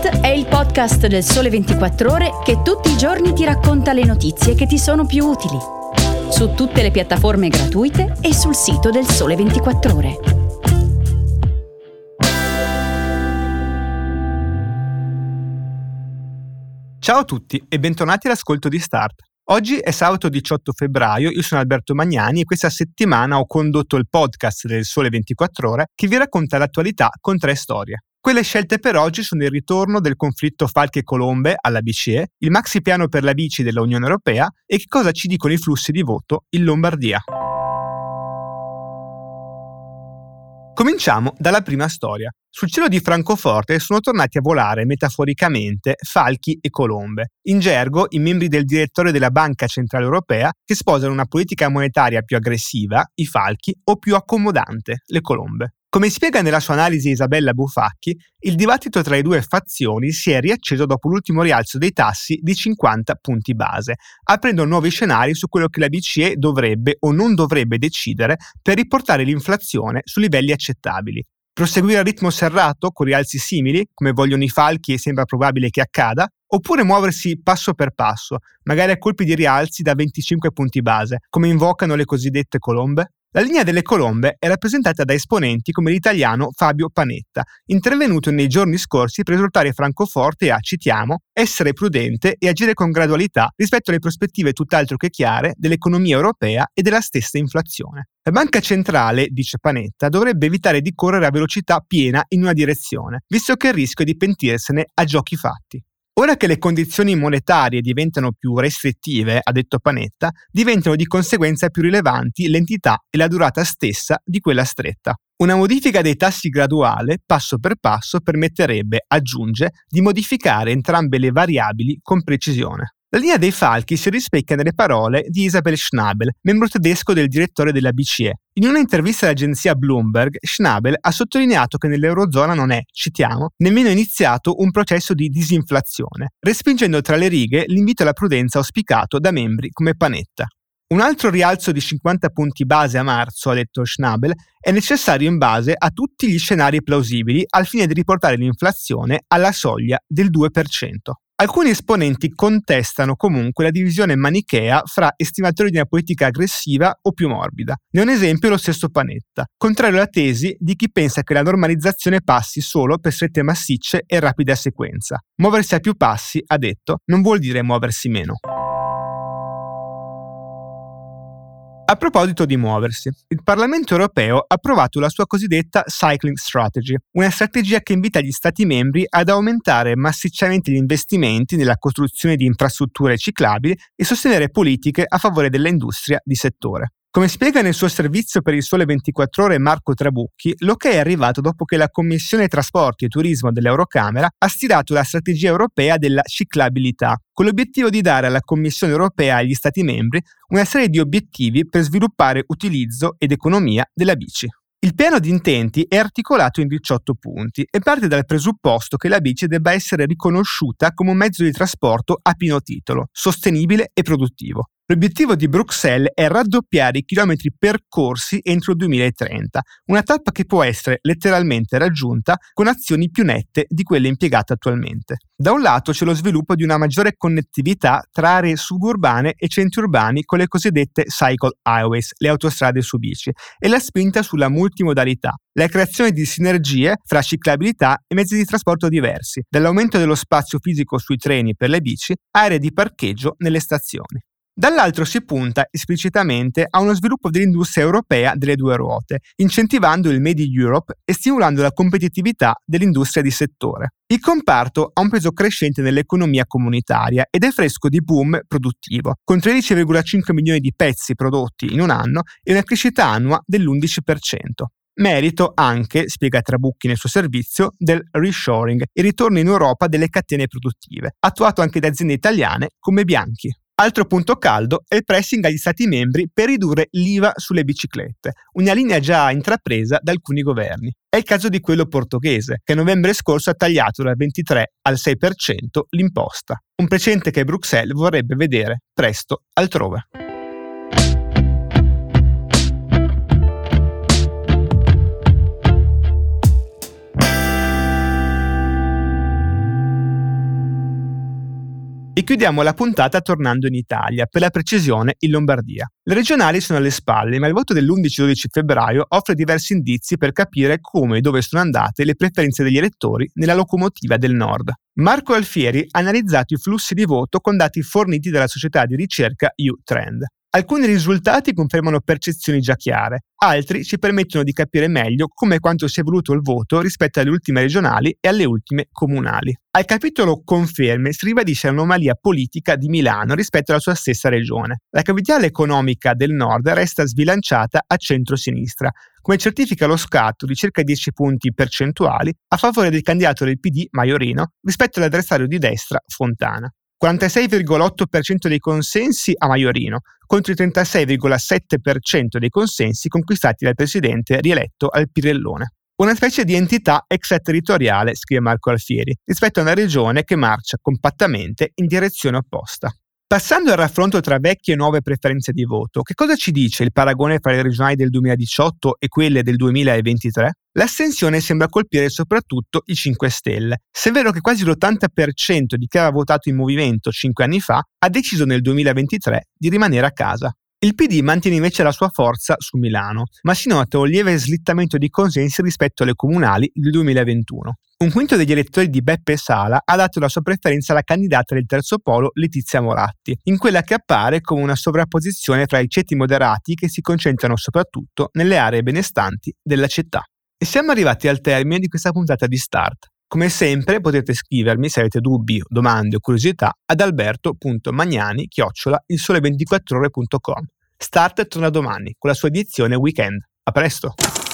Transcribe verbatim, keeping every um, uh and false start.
Start è il podcast del Sole ventiquattro Ore che tutti i giorni ti racconta le notizie che ti sono più utili. Su tutte le piattaforme gratuite e sul sito del Sole ventiquattro Ore. Ciao a tutti e bentornati all'ascolto di Start. Oggi è sabato diciotto febbraio, io sono Alberto Magnani e questa settimana ho condotto il podcast del Sole ventiquattro Ore che vi racconta l'attualità con tre storie. Quelle scelte per oggi sono il ritorno del conflitto falchi e colombe alla B C E, il maxi piano per la bici dell'Unione Europea e che cosa ci dicono i flussi di voto in Lombardia. Cominciamo dalla prima storia. Sul cielo di Francoforte sono tornati a volare metaforicamente falchi e colombe. In gergo, i membri del direttorio della Banca Centrale Europea che sposano una politica monetaria più aggressiva, i falchi, o più accomodante, le colombe. Come spiega nella sua analisi Isabella Bufacchi, il dibattito tra le due fazioni si è riacceso dopo l'ultimo rialzo dei tassi di cinquanta punti base, aprendo nuovi scenari su quello che la B C E dovrebbe o non dovrebbe decidere per riportare l'inflazione su livelli accettabili. Proseguire a ritmo serrato con rialzi simili, come vogliono i falchi e sembra probabile che accada, oppure muoversi passo per passo, magari a colpi di rialzi da venticinque punti base, come invocano le cosiddette colombe? La linea delle colombe è rappresentata da esponenti come l'italiano Fabio Panetta, intervenuto nei giorni scorsi per esortare Francoforte a, citiamo, essere prudente e agire con gradualità rispetto alle prospettive tutt'altro che chiare dell'economia europea e della stessa inflazione. La banca centrale, dice Panetta, dovrebbe evitare di correre a velocità piena in una direzione, visto che il rischio è di pentirsene a giochi fatti. Ora che le condizioni monetarie diventano più restrittive, ha detto Panetta, diventano di conseguenza più rilevanti l'entità e la durata stessa di quella stretta. Una modifica dei tassi graduale, passo per passo, permetterebbe, aggiunge, di modificare entrambe le variabili con precisione. La linea dei falchi si rispecchia nelle parole di Isabel Schnabel, membro tedesco del direttore della B C E. In un'intervista all'agenzia Bloomberg, Schnabel ha sottolineato che nell'Eurozona non è, citiamo, nemmeno iniziato un processo di disinflazione, respingendo tra le righe l'invito alla prudenza auspicato da membri come Panetta. Un altro rialzo di cinquanta punti base a marzo, ha detto Schnabel, è necessario in base a tutti gli scenari plausibili al fine di riportare l'inflazione alla soglia del due per cento. Alcuni esponenti contestano comunque la divisione manichea fra estimatori di una politica aggressiva o più morbida. Ne è un esempio lo stesso Panetta, contrario alla tesi di chi pensa che la normalizzazione passi solo per strette massicce e rapide a sequenza. Muoversi a più passi, ha detto, non vuol dire muoversi meno. A proposito di muoversi, il Parlamento europeo ha approvato la sua cosiddetta Cycling Strategy, una strategia che invita gli Stati membri ad aumentare massicciamente gli investimenti nella costruzione di infrastrutture ciclabili e sostenere politiche a favore dell'industria di settore. Come spiega nel suo servizio per il Sole ventiquattro Ore Marco Trabucchi, l'ok è arrivato dopo che la Commissione Trasporti e Turismo dell'Eurocamera ha stilato la strategia europea della ciclabilità, con l'obiettivo di dare alla Commissione europea e agli Stati membri una serie di obiettivi per sviluppare utilizzo ed economia della bici. Il piano di intenti è articolato in diciotto punti e parte dal presupposto che la bici debba essere riconosciuta come un mezzo di trasporto a pieno titolo, sostenibile e produttivo. L'obiettivo di Bruxelles è raddoppiare i chilometri percorsi entro il duemilatrenta, una tappa che può essere letteralmente raggiunta con azioni più nette di quelle impiegate attualmente. Da un lato c'è lo sviluppo di una maggiore connettività tra aree suburbane e centri urbani con le cosiddette cycle highways, le autostrade su bici, e la spinta sulla multimodalità, la creazione di sinergie fra ciclabilità e mezzi di trasporto diversi, dall'aumento dello spazio fisico sui treni per le bici a aree di parcheggio nelle stazioni. Dall'altro si punta esplicitamente a uno sviluppo dell'industria europea delle due ruote, incentivando il Made in Europe e stimolando la competitività dell'industria di settore. Il comparto ha un peso crescente nell'economia comunitaria ed è fresco di boom produttivo, con tredici virgola cinque milioni di pezzi prodotti in un anno e una crescita annua dell'undici per cento. Merito anche, spiega Trabucchi nel suo servizio, del reshoring, il ritorno in Europa delle catene produttive, attuato anche da aziende italiane come Bianchi. Altro punto caldo è il pressing agli Stati membri per ridurre l'I V A sulle biciclette, una linea già intrapresa da alcuni governi. È il caso di quello portoghese, che a novembre scorso ha tagliato dal ventitré al sei per cento l'imposta, un precedente che Bruxelles vorrebbe vedere presto altrove. chiudiamo la puntata tornando in Italia, per la precisione in Lombardia. Le regionali sono alle spalle, ma il voto dell'undici dodici febbraio offre diversi indizi per capire come e dove sono andate le preferenze degli elettori nella locomotiva del Nord. Marco Alfieri ha analizzato i flussi di voto con dati forniti dalla società di ricerca U-Trend. Alcuni risultati confermano percezioni già chiare, altri ci permettono di capire meglio come e quanto si è evoluto il voto rispetto alle ultime regionali e alle ultime comunali. Al capitolo conferme si ribadisce l'anomalia politica di Milano rispetto alla sua stessa regione. La capitale economica del Nord resta sbilanciata a centro-sinistra, come certifica lo scatto di circa dieci punti percentuali a favore del candidato del P D Maiorino rispetto all'avversario di destra Fontana. quarantasei virgola otto per cento dei consensi a Maiorino, contro il trentasei virgola sette per cento dei consensi conquistati dal presidente rieletto al Pirellone. Una specie di entità extraterritoriale, scrive Marco Alfieri, rispetto a una regione che marcia compattamente in direzione opposta. Passando al raffronto tra vecchie e nuove preferenze di voto, che cosa ci dice il paragone fra le regionali del duemiladiciotto e quelle del duemilaventitré? L'astensione sembra colpire soprattutto i cinque Stelle, se è vero che quasi l'ottanta per cento di chi aveva votato in movimento cinque anni fa ha deciso nel duemilaventitré di rimanere a casa. Il P D mantiene invece la sua forza su Milano, ma si nota un lieve slittamento di consensi rispetto alle comunali del duemilaventuno. Un quinto degli elettori di Beppe Sala ha dato la sua preferenza alla candidata del terzo polo Letizia Moratti, in quella che appare come una sovrapposizione fra i ceti moderati che si concentrano soprattutto nelle aree benestanti della città. E siamo arrivati al termine di questa puntata di Start. Come sempre potete scrivermi se avete dubbi, domande o curiosità ad alberto punto magnani chiocciola il sole ventiquattro ore punto com. Start torna domani con la sua edizione weekend. A presto!